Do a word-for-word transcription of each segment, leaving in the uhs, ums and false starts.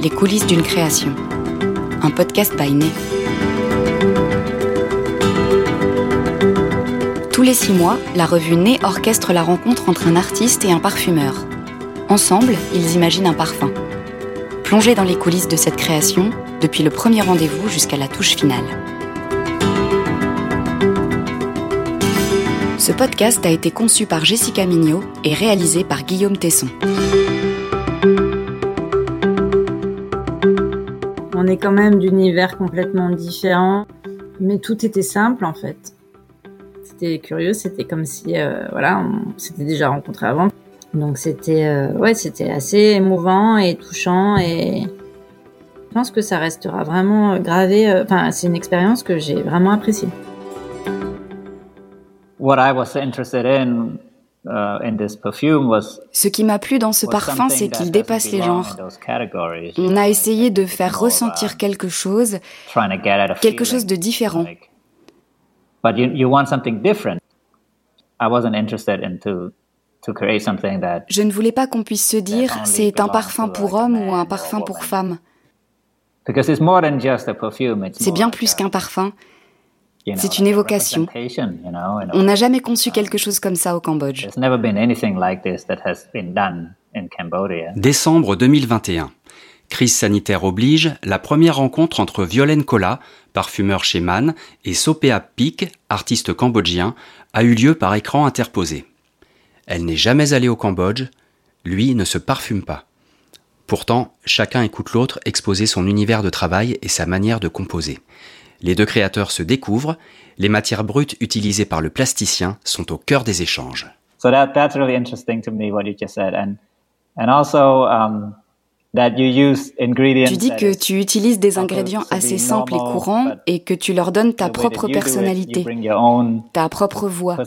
les coulisses d'une création. Un podcast by Né. Tous les six mois, la revue Né orchestre la rencontre entre un artiste et un parfumeur. Ensemble, ils imaginent un parfum. Plongez dans les coulisses de cette création, depuis le premier rendez-vous jusqu'à la touche finale. Ce podcast a été conçu par Jessica Mignot et réalisé par Guillaume Tesson. On est quand même d'univers complètement différents, mais tout était simple en fait. C'était curieux, c'était comme si euh, voilà, on s'était déjà rencontrés avant. Donc c'était euh, ouais, c'était assez émouvant et touchant, et je pense que ça restera vraiment gravé. Enfin, euh, c'est une expérience que j'ai vraiment appréciée. What I was interested in, uh, in this perfume was, Ce qui m'a plu dans ce parfum, c'est qu'il dépasse les genres. On a essayé de faire ressentir quelque chose, quelque chose de différent. But you, you want something different. I wasn't interested in to, to create something that. Je ne voulais pas qu'on puisse se dire c'est un parfum pour homme ou un parfum pour femme. Because it's more than just a perfume. It's C'est bien plus qu'un parfum. C'est une évocation. On n'a jamais conçu quelque chose comme ça au Cambodge. Décembre deux mille vingt et un. Crise sanitaire oblige, la première rencontre entre Violaine Kola, parfumeur chez Man, et Sopea Pik, artiste cambodgien, a eu lieu par écran interposé. Elle n'est jamais allée au Cambodge, lui ne se parfume pas. Pourtant, chacun écoute l'autre exposer son univers de travail et sa manière de composer. Les deux créateurs se découvrent, les matières brutes utilisées par le plasticien sont au cœur des échanges. So that, that's really interesting to me, what you just said. And, and also, um, that you use ingredients. Tu dis que tu utilises des ingrédients assez simples et courants et que tu leur donnes ta propre personnalité, ta propre voix.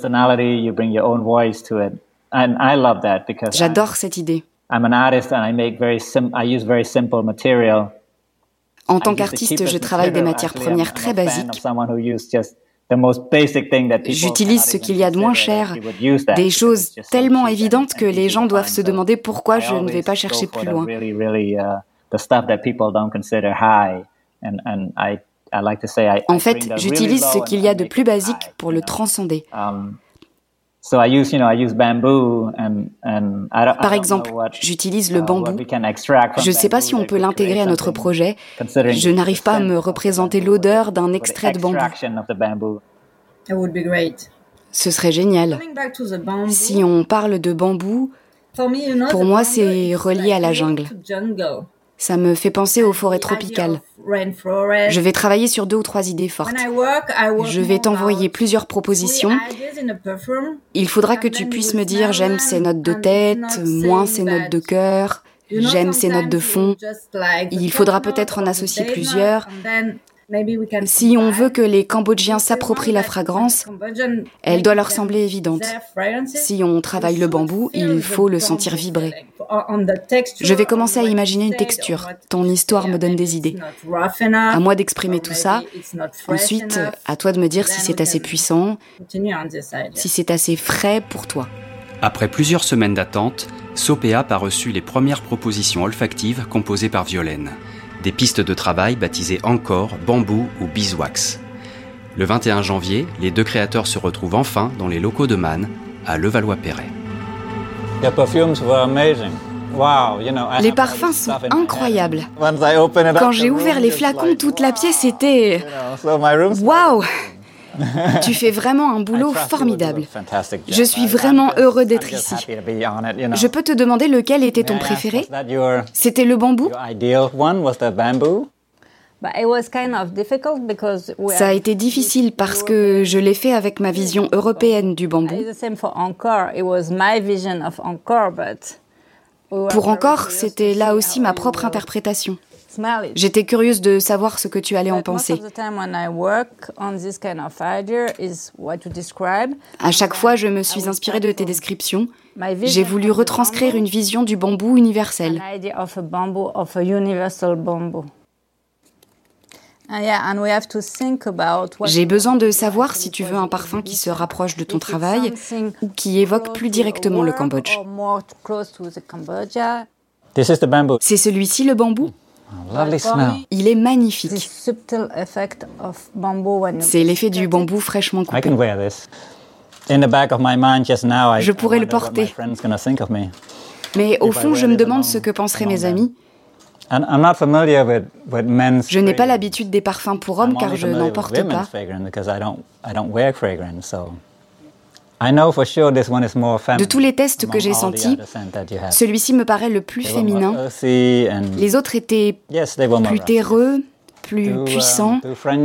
J'adore cette idée. I'm an artist and I make very sim- I use very simple material. En tant qu'artiste, je travaille des matières premières très basiques. J'utilise ce qu'il y a de moins cher, des choses tellement évidentes que les gens doivent se demander pourquoi je ne vais pas chercher plus loin. En fait, j'utilise ce qu'il y a de plus basique pour le transcender. Par exemple, j'utilise le bambou. Je ne sais pas si on peut l'intégrer à notre projet. Je n'arrive pas à me représenter l'odeur d'un extrait de bambou. Ce serait génial. Si on parle de bambou, pour moi, c'est relié à la jungle. Ça me fait penser aux forêts tropicales. Je vais travailler sur deux ou trois idées fortes. Je vais t'envoyer plusieurs propositions. Il faudra que tu puisses me dire j'aime ces notes de tête, moins ces notes de cœur, j'aime ces notes de fond. Il faudra peut-être en associer plusieurs. Si on veut que les Cambodgiens s'approprient la fragrance, elle doit leur sembler évidente. Si on travaille le bambou, il faut le sentir vibrer. Je vais commencer à imaginer une texture. Ton histoire me donne des idées. À moi d'exprimer tout ça. Ensuite, à toi de me dire si c'est assez puissant, si c'est assez frais pour toi. Après plusieurs semaines d'attente, Sopea a reçu les premières propositions olfactives composées par Violaine. Des pistes de travail baptisées Encore, Bambou ou Beeswax. Le vingt et un janvier, les deux créateurs se retrouvent enfin dans les locaux de Man, à Levallois-Perret. Les parfums sont incroyables. Quand j'ai ouvert les flacons, toute la pièce était... Waouh! Tu fais vraiment un boulot formidable. Je suis vraiment heureux d'être ici. Je peux te demander lequel était ton préféré? C'était le bambou? Ça a été difficile parce que je l'ai fait avec ma vision européenne du bambou. Pour Encore, c'était là aussi ma propre interprétation. J'étais curieuse de savoir ce que tu allais en penser. À chaque fois, je me suis inspirée de tes descriptions. J'ai voulu retranscrire une vision du bambou universel. J'ai besoin de savoir si tu veux un parfum qui se rapproche de ton travail ou qui évoque plus directement le Cambodge. C'est celui-ci le bambou? Il est magnifique. C'est l'effet du bambou fraîchement coupé. Je pourrais le porter. Mais au fond, je me demande ce que penseraient mes amis. Je n'ai pas l'habitude des parfums pour hommes car je n'en porte pas. De tous les tests que j'ai sentis, celui-ci me paraît le plus féminin. Les autres étaient plus terreux, plus puissants.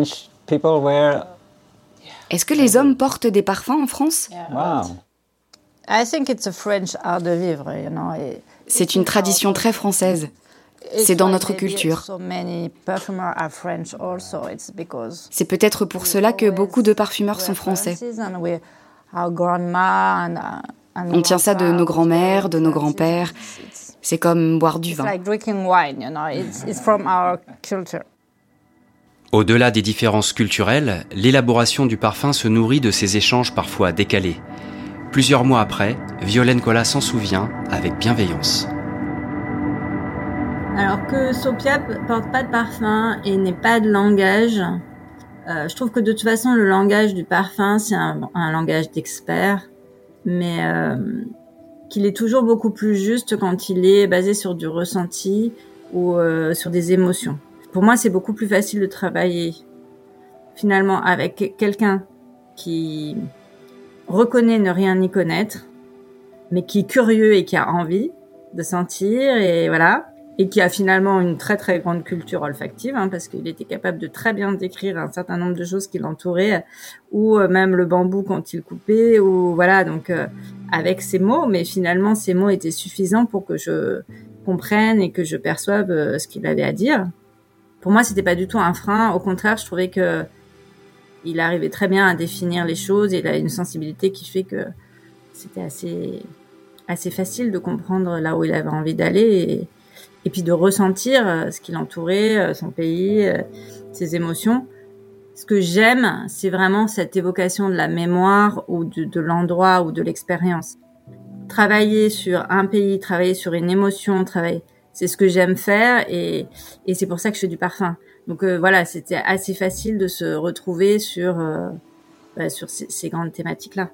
Est-ce que les hommes portent des parfums en France ? C'est une tradition très française. C'est dans notre culture. C'est peut-être pour cela que beaucoup de parfumeurs sont français. On tient ça de nos grands-mères, de nos grands-pères. C'est comme boire du vin. Au-delà des différences culturelles, l'élaboration du parfum se nourrit de ces échanges parfois décalés. Plusieurs mois après, Violaine Colas s'en souvient avec bienveillance. Alors que Sopia porte pas de parfum et n'est pas de langage, euh, je trouve que de toute façon le langage du parfum c'est un, un langage d'expert, mais euh, qu'il est toujours beaucoup plus juste quand il est basé sur du ressenti ou euh, sur des émotions. Pour moi c'est beaucoup plus facile de travailler finalement avec quelqu'un qui reconnaît ne rien y connaître, mais qui est curieux et qui a envie de sentir et voilà. Et qui a finalement une très très grande culture olfactive, hein, parce qu'il était capable de très bien décrire un certain nombre de choses qui l'entouraient, ou euh, même le bambou quand il coupait, ou voilà, donc euh, avec ces mots, mais finalement ces mots étaient suffisants pour que je comprenne et que je perçoive euh, ce qu'il avait à dire. Pour moi, c'était pas du tout un frein, au contraire, je trouvais que il arrivait très bien à définir les choses, et il a une sensibilité qui fait que c'était assez assez facile de comprendre là où il avait envie d'aller, et et puis de ressentir ce qui l'entourait, son pays, ses émotions. Ce que j'aime, c'est vraiment cette évocation de la mémoire ou de, de l'endroit ou de l'expérience. Travailler sur un pays, travailler sur une émotion, travailler, c'est ce que j'aime faire et, et c'est pour ça que je fais du parfum. Donc euh, voilà, c'était assez facile de se retrouver sur, euh, bah, sur ces, ces grandes thématiques-là.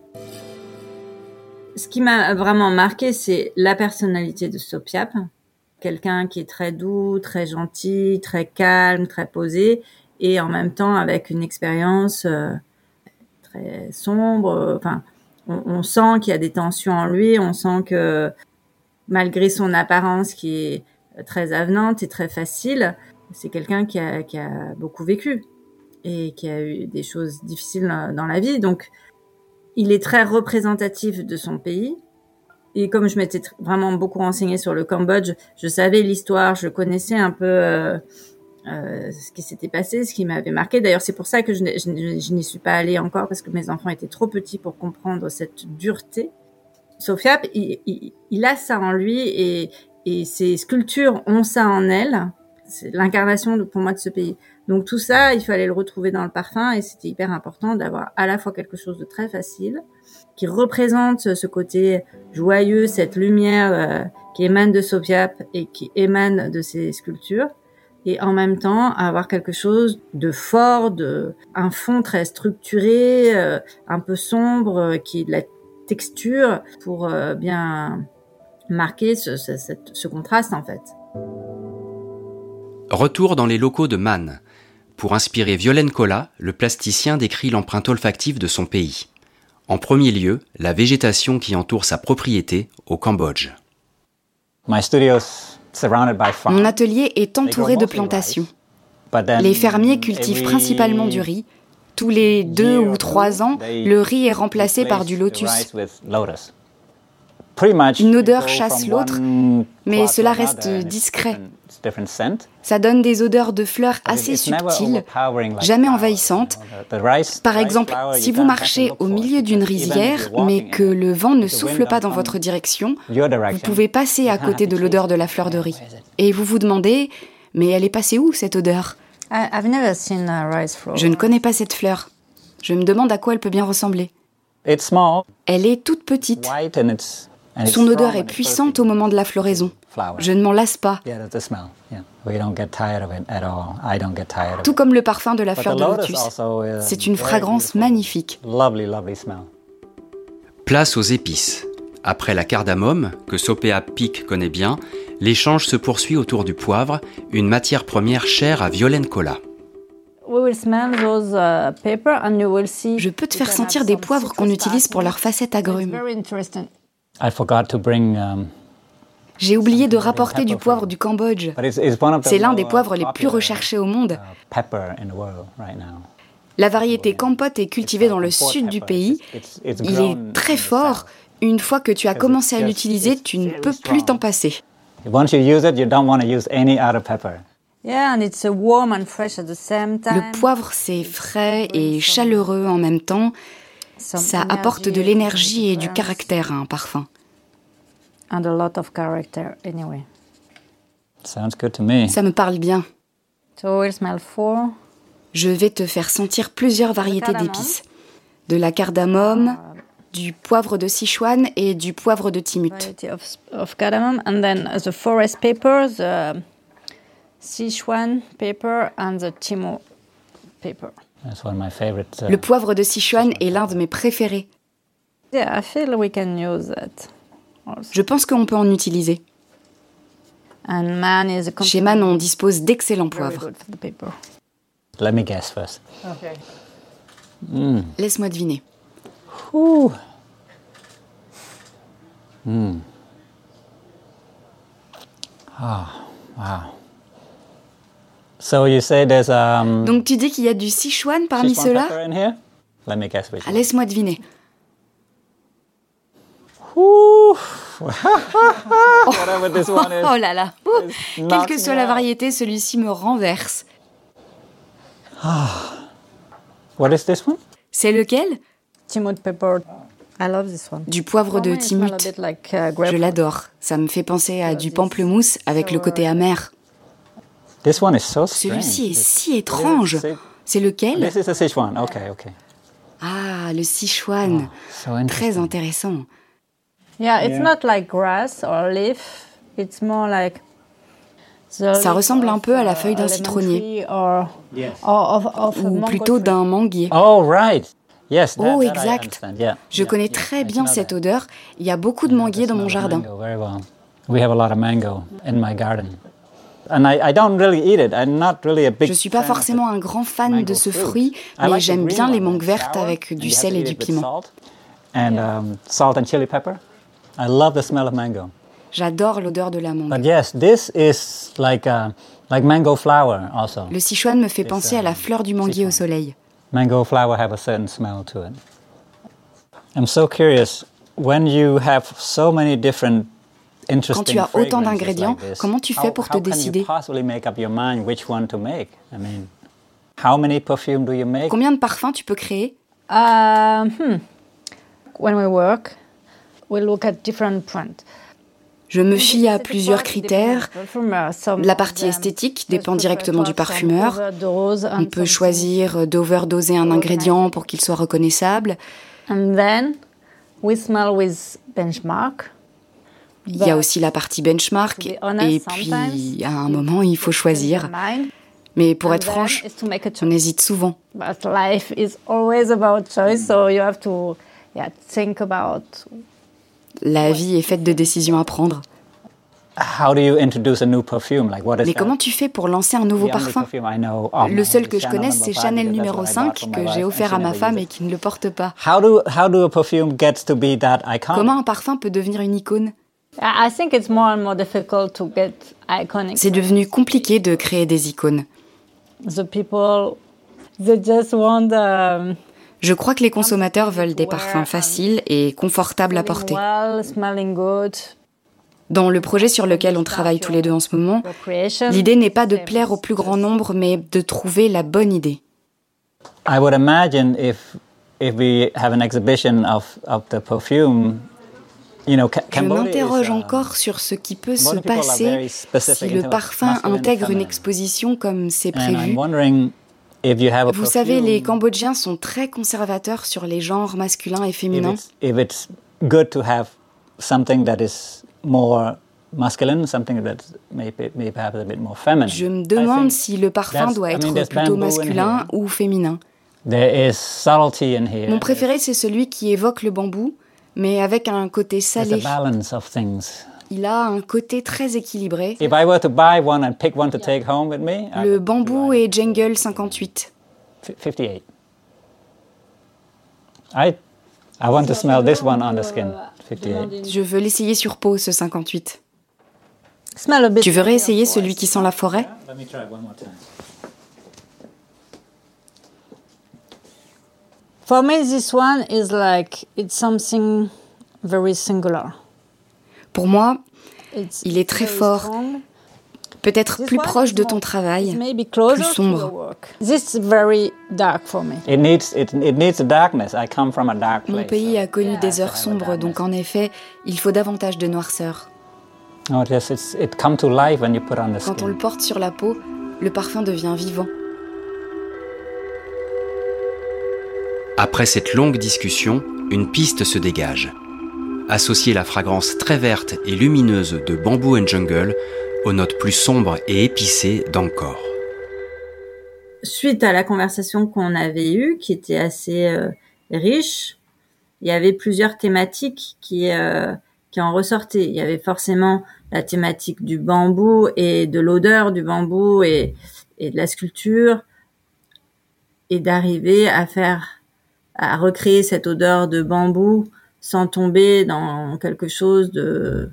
Ce qui m'a vraiment marqué, c'est la personnalité de Sopiap. Quelqu'un qui est très doux, très gentil, très calme, très posé, et en même temps avec une expérience euh, très sombre. Enfin, on, on sent qu'il y a des tensions en lui, on sent que malgré son apparence qui est très avenante et très facile, c'est quelqu'un qui a, qui a beaucoup vécu et qui a eu des choses difficiles dans la vie. Donc, il est très représentatif de son pays. Et comme je m'étais vraiment beaucoup renseignée sur le Cambodge, je savais l'histoire, je connaissais un peu euh, euh, ce qui s'était passé, ce qui m'avait marqué. D'ailleurs, c'est pour ça que je, je, je n'y suis pas allée encore, parce que mes enfants étaient trop petits pour comprendre cette dureté. Sopiap, il, il, il a ça en lui, et, et ses sculptures ont ça en elles. C'est l'incarnation de, pour moi de ce pays. Donc tout ça, il fallait le retrouver dans le parfum, et c'était hyper important d'avoir à la fois quelque chose de très facile, qui représente ce côté joyeux, cette lumière euh, qui émane de Sopiap et qui émane de ses sculptures, et en même temps avoir quelque chose de fort, de un fond très structuré, euh, un peu sombre, euh, qui est de la texture pour euh, bien marquer ce, ce, ce, ce contraste en fait. Retour dans les locaux de Mann. Pour inspirer Violaine Colas, le plasticien décrit l'empreinte olfactive de son pays. En premier lieu, la végétation qui entoure sa propriété au Cambodge. Mon atelier est entouré de plantations. Les fermiers cultivent principalement du riz. Tous les deux ou trois ans, le riz est remplacé par du lotus. Une odeur chasse l'autre, mais cela reste discret. Ça donne des odeurs de fleurs assez subtiles, jamais envahissantes. Par exemple, si vous marchez au milieu d'une rizière, mais que le vent ne souffle pas dans votre direction, vous pouvez passer à côté de l'odeur de la fleur de riz. Et vous vous demandez, mais elle est passée où cette odeur ? Je ne connais pas cette fleur. Je me demande à quoi elle peut bien ressembler. Elle est toute petite. Son odeur est puissante au moment de la floraison. Je ne m'en lasse pas. Tout comme le parfum de la fleur de lotus. C'est une fragrance magnifique. Place aux épices. Après la cardamome, que Sopea Peak connaît bien, l'échange se poursuit autour du poivre, une matière première chère à Violaine Cola. Je peux te faire sentir des poivres qu'on utilise pour leur facette agrumes. J'ai oublié de rapporter du poivre du Cambodge. C'est l'un des poivres les plus recherchés au monde. La variété Kampot est cultivée dans le sud du pays. Il est très fort. Une fois que tu as commencé à l'utiliser, tu ne peux plus t'en passer. Le poivre, c'est frais et chaleureux en même temps. Ça apporte de l'énergie et du caractère à un parfum. And a lot of character anyway. Sounds good to me. Ça me parle bien. So we'll smell four. Je vais te faire sentir plusieurs variétés d'épices. De la cardamome, du poivre de Sichuan et du poivre de Timut. Of, of cardamom and then the forest pepper, the Sichuan pepper and the Timut pepper. That's one of my favorites. Uh, Le poivre de Sichuan est l'un de mes préférés. Yeah, I feel we can use that. Je pense qu'on peut en utiliser. Chez Man, on dispose d'excellents poivres. Let me guess first. Okay. Mm. Laisse-moi deviner. Ouh. Mm. Ah, wow. So you say there's um. Donc tu dis qu'il y a du Sichuan parmi ceux-là? Let me guess which ah, laisse-moi deviner. Ouh. Whatever this one is. Oh là là. Ouh. Quelle que soit la variété, celui-ci me renverse. Ah. What is this one? C'est lequel? Timut pepper. I love this one. Du poivre de Timut. Like, uh, Je l'adore. Ça me fait penser à du pamplemousse avec le côté amer. This one is so strange. Celui-ci est si étrange. C'est lequel? This is the Sichuan. Okay, okay. Ah, le Sichuan. Oh, so très intéressant. Yeah, it's yeah. not like grass or leaf. It's more like. Ça ressemble un peu à la feuille d'un citronnier. Or, or of, of ou plutôt d'un manguier. Oh, right. Yes, that, oh, that exact. Yeah. Je connais yeah. très bien cette odeur. Il y a beaucoup de manguiers dans mon jardin. Well. We have a lot of mango in my garden. And I, I don't really eat it. I'm not really a big Je ne suis pas forcément un grand fan de ce fruit, mais like j'aime bien les mangues vertes avec du sel et du piment. And um, salt and chili pepper. I love the smell of mango. J'adore l'odeur de la mangue. But yes, this is like a, like mango flower also. Le Sichuan me fait penser à la fleur du manguier au soleil. Mango flower have a certain smell to it. I'm so curious, when you have so many different interesting Quand tu as autant d'ingrédients, like this, comment tu fais pour how, te how décider? Can you possibly make up your mind which one to make? I mean, how many perfume do you make? Combien de parfums tu peux créer? Uh, hmm. When we work, we look at different trends. Je me fie à plusieurs critères. La partie esthétique dépend directement du parfumeur. On peut choisir d'overdoser un ingrédient pour qu'il soit reconnaissable. And then we smell with benchmark. Il y a aussi la partie benchmark. Et puis, à un moment, il faut choisir. Mais pour être franche, on hésite souvent. But life is always about choice, so you have to yeah, think about. La vie est faite de décisions à prendre. How do you introduce a new perfume? Like, what is Mais comment that? tu fais pour lancer un nouveau parfum? Le seul que je connaisse, c'est Chanel numéro cinq, que j'ai offert à ma femme et qui ne le porte pas. How do, how do a perfume gets to be that iconic? Comment un parfum peut devenir une icône? I think it's more and more difficult to get iconic. C'est devenu compliqué de créer des icônes. The people, they just want um, Je crois que les consommateurs veulent des parfums faciles et confortables à porter. Well, smelling good. Dans le projet sur lequel on travaille tous les deux en ce moment, l'idée n'est pas de plaire au plus grand nombre, mais de trouver la bonne idée. I would imagine if if we have an exhibition of of the perfume, you know, Je m'interroge encore sur ce qui peut se passer si le parfum intègre une exposition comme c'est prévu. Vous savez, les Cambodgiens sont très conservateurs sur les genres masculins et féminins. If it's good to have something that is more masculine, something that's maybe, maybe perhaps a bit more feminine. Je me demande si le parfum doit être I mean, plutôt masculin ou féminin. There is subtlety in here. Mon préféré, c'est celui qui évoque le bambou, mais avec un côté salé. There's a balance of things. Il a un côté très équilibré. If I were to buy one and pick one to take home with me, le bambou et Jungle cinquante-huit. fifty-eight. I, I want to smell this one on the skin. fifty-eight. Je veux l'essayer sur peau, ce cinquante-huit. Tu veux réessayer celui qui sent la forêt? Let me try one more time. For me, this one is like it's something very singular. Pour moi, il est très fort, peut-être plus proche de ton travail, plus sombre. Mon pays a connu des heures sombres, donc en effet, il faut davantage de noirceur. Quand on le porte sur la peau, le parfum devient vivant. Après cette longue discussion, une piste se dégage. Associer la fragrance très verte et lumineuse de Bamboo and Jungle aux notes plus sombres et épicées d'Angkor. Suite à la conversation qu'on avait eue, qui était assez euh, riche, il y avait plusieurs thématiques qui, euh, qui en ressortaient. Il y avait forcément la thématique du bambou et de l'odeur du bambou et, et de la sculpture, et d'arriver à faire, à recréer cette odeur de bambou sans tomber dans quelque chose de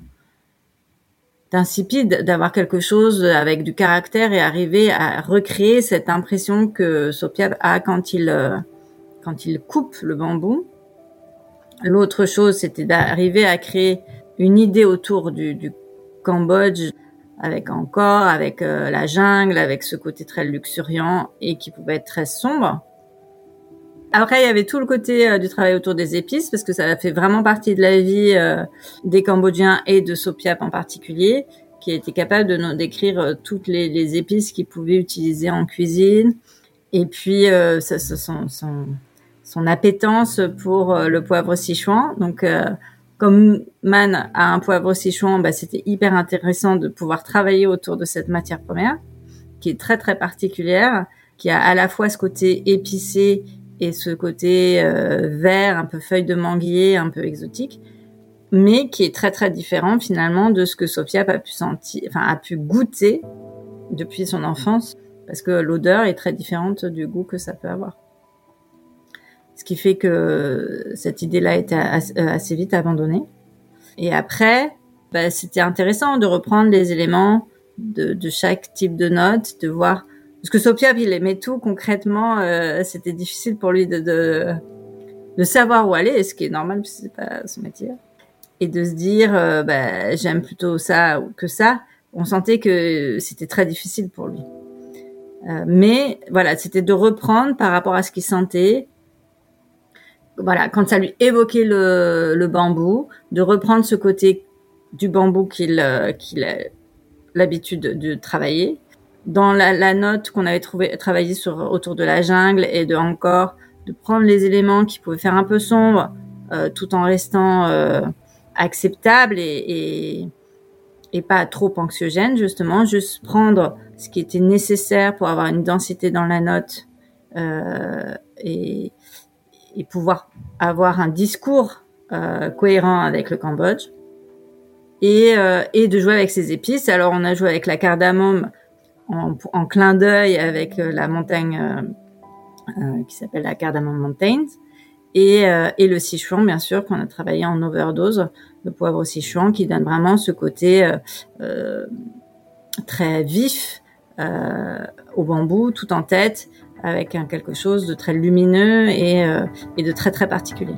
d'insipide, d'avoir quelque chose avec du caractère et arriver à recréer cette impression que Sophia a quand il quand il coupe le bambou. L'autre chose, c'était d'arriver à créer une idée autour du, du Cambodge, avec Angkor, avec euh, la jungle, avec ce côté très luxuriant et qui pouvait être très sombre. Après, il y avait tout le côté euh, du travail autour des épices, parce que ça a fait vraiment partie de la vie euh, des Cambodgiens et de Sopiap en particulier, qui était capable de nous décrire euh, toutes les, les épices qu'ils pouvaient utiliser en cuisine, et puis euh, ça, ça, son, son, son appétence pour euh, le poivre Sichuan. Donc, euh, comme Man a un poivre Sichuan, bah, c'était hyper intéressant de pouvoir travailler autour de cette matière première, qui est très très particulière, qui a à la fois ce côté épicé et ce côté euh, vert, un peu feuille de manguier, un peu exotique, mais qui est très très différent finalement de ce que Sophia a pu sentir, enfin a pu goûter depuis son enfance, parce que l'odeur est très différente du goût que ça peut avoir. Ce qui fait que cette idée-là a été assez vite abandonnée. Et après, bah, c'était intéressant de reprendre les éléments de, de chaque type de note, de voir. Parce que Sophia, il aimait tout concrètement. Euh, c'était difficile pour lui de, de de savoir où aller, ce qui est normal parce que c'est pas son métier. Et de se dire, euh, bah, j'aime plutôt ça que ça. On sentait que c'était très difficile pour lui. Euh, mais voilà, c'était de reprendre par rapport à ce qu'il sentait. Voilà, quand ça lui évoquait le, le bambou, de reprendre ce côté du bambou qu'il, qu'il a l'habitude de, de travailler. Dans la, la note qu'on avait trouvé, travaillé sur, autour de la jungle et de Angkor, de prendre les éléments qui pouvaient faire un peu sombre, euh, tout en restant euh, acceptable et, et, et pas trop anxiogène, justement, juste prendre ce qui était nécessaire pour avoir une densité dans la note euh, et et pouvoir avoir un discours euh, cohérent avec le Cambodge et euh, et de jouer avec ses épices. Alors on a joué avec la cardamome en, en clin d'œil avec euh, la montagne euh, euh, qui s'appelle la Cardamom Mountains et euh, et le Sichuan bien sûr qu'on a travaillé en overdose, le poivre Sichuan qui donne vraiment ce côté euh, euh, très vif euh, au bambou tout en tête, avec un quelque chose de très lumineux et, euh, et de très très particulier.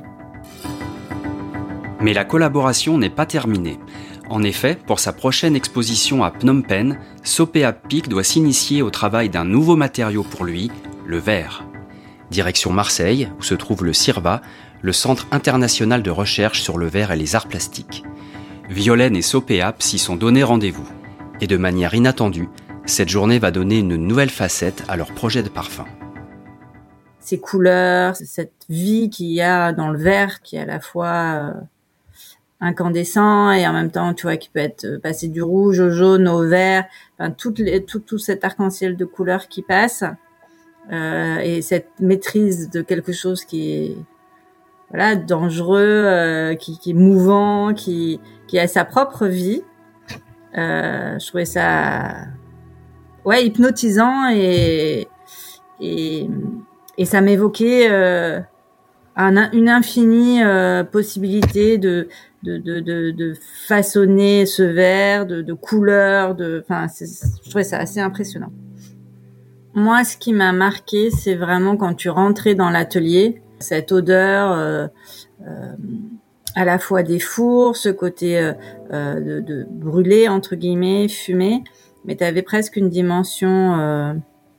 Mais la collaboration n'est pas terminée. En effet, pour sa prochaine exposition à Phnom Penh, Sophia Peak doit s'initier au travail d'un nouveau matériau pour lui, le verre. Direction Marseille, où se trouve le CIRVA, le Centre international de recherche sur le verre et les arts plastiques. Violaine et Sophia s'y sont donné rendez-vous. Et de manière inattendue, cette journée va donner une nouvelle facette à leur projet de parfum. Ces couleurs, cette vie qu'il y a dans le verre, qui est à la fois euh, incandescent et en même temps, tu vois, qui peut être passé du rouge au jaune au vert, enfin toute les, tout tout cet arc-en-ciel de couleurs qui passe euh, et cette maîtrise de quelque chose qui est voilà dangereux, euh, qui, qui est mouvant, qui qui a sa propre vie. Euh, je trouvais ça ouais hypnotisant et et et ça m'évoquait euh, un, une infinie euh, possibilité de de, de de de façonner ce verre, de de couleurs, de enfin je trouvais ça assez impressionnant. Moi, ce qui m'a marqué, c'est vraiment quand tu rentrais dans l'atelier, cette odeur euh, euh, à la fois des fours, ce côté euh, euh, de, de brûlé entre guillemets, fumé, mais tu avais presque une dimension, euh,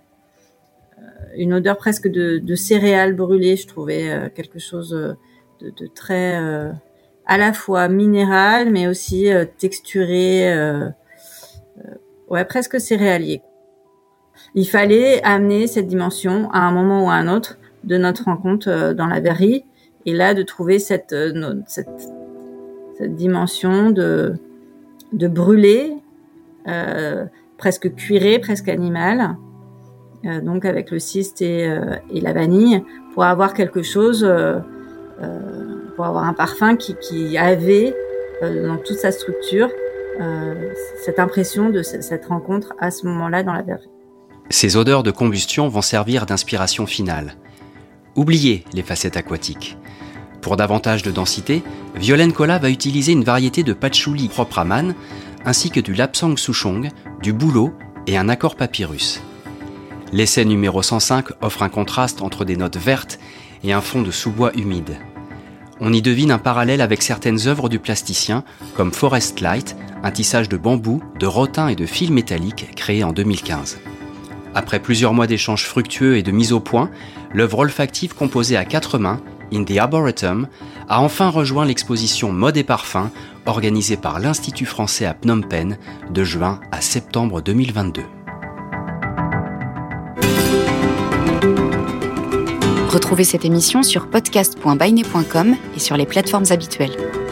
une odeur presque de, de céréales brûlées. Je trouvais euh, quelque chose de, de très euh, à la fois minéral, mais aussi euh, texturé, euh, euh, ouais presque céréalier. Il fallait amener cette dimension à un moment ou à un autre de notre rencontre euh, dans la verrerie. Et là, de trouver cette, euh, cette, cette dimension de, de brûlé, euh, presque cuiré, presque animal, euh, donc avec le cyste et, euh, et la vanille, pour avoir quelque chose, euh, euh, pour avoir un parfum qui, qui avait euh, dans toute sa structure euh, cette impression de c- cette rencontre à ce moment-là dans la verrerie. Ces odeurs de combustion vont servir d'inspiration finale. Oubliez les facettes aquatiques. Pour davantage de densité, Violaine Cola va utiliser une variété de patchouli propre à Man, ainsi que du lapsang souchong, du bouleau et un accord papyrus. L'essai numéro cent cinq offre un contraste entre des notes vertes et un fond de sous-bois humide. On y devine un parallèle avec certaines œuvres du plasticien, comme Forest Light, un tissage de bambou, de rotin et de fils métalliques créé en deux mille quinze. Après plusieurs mois d'échanges fructueux et de mise au point, l'œuvre olfactive composée à quatre mains, In the Arboretum, a enfin rejoint l'exposition Mode et Parfum organisée par l'Institut français à Phnom Penh de juin à septembre deux mille vingt-deux. Retrouvez cette émission sur podcast point by ne point com et sur les plateformes habituelles.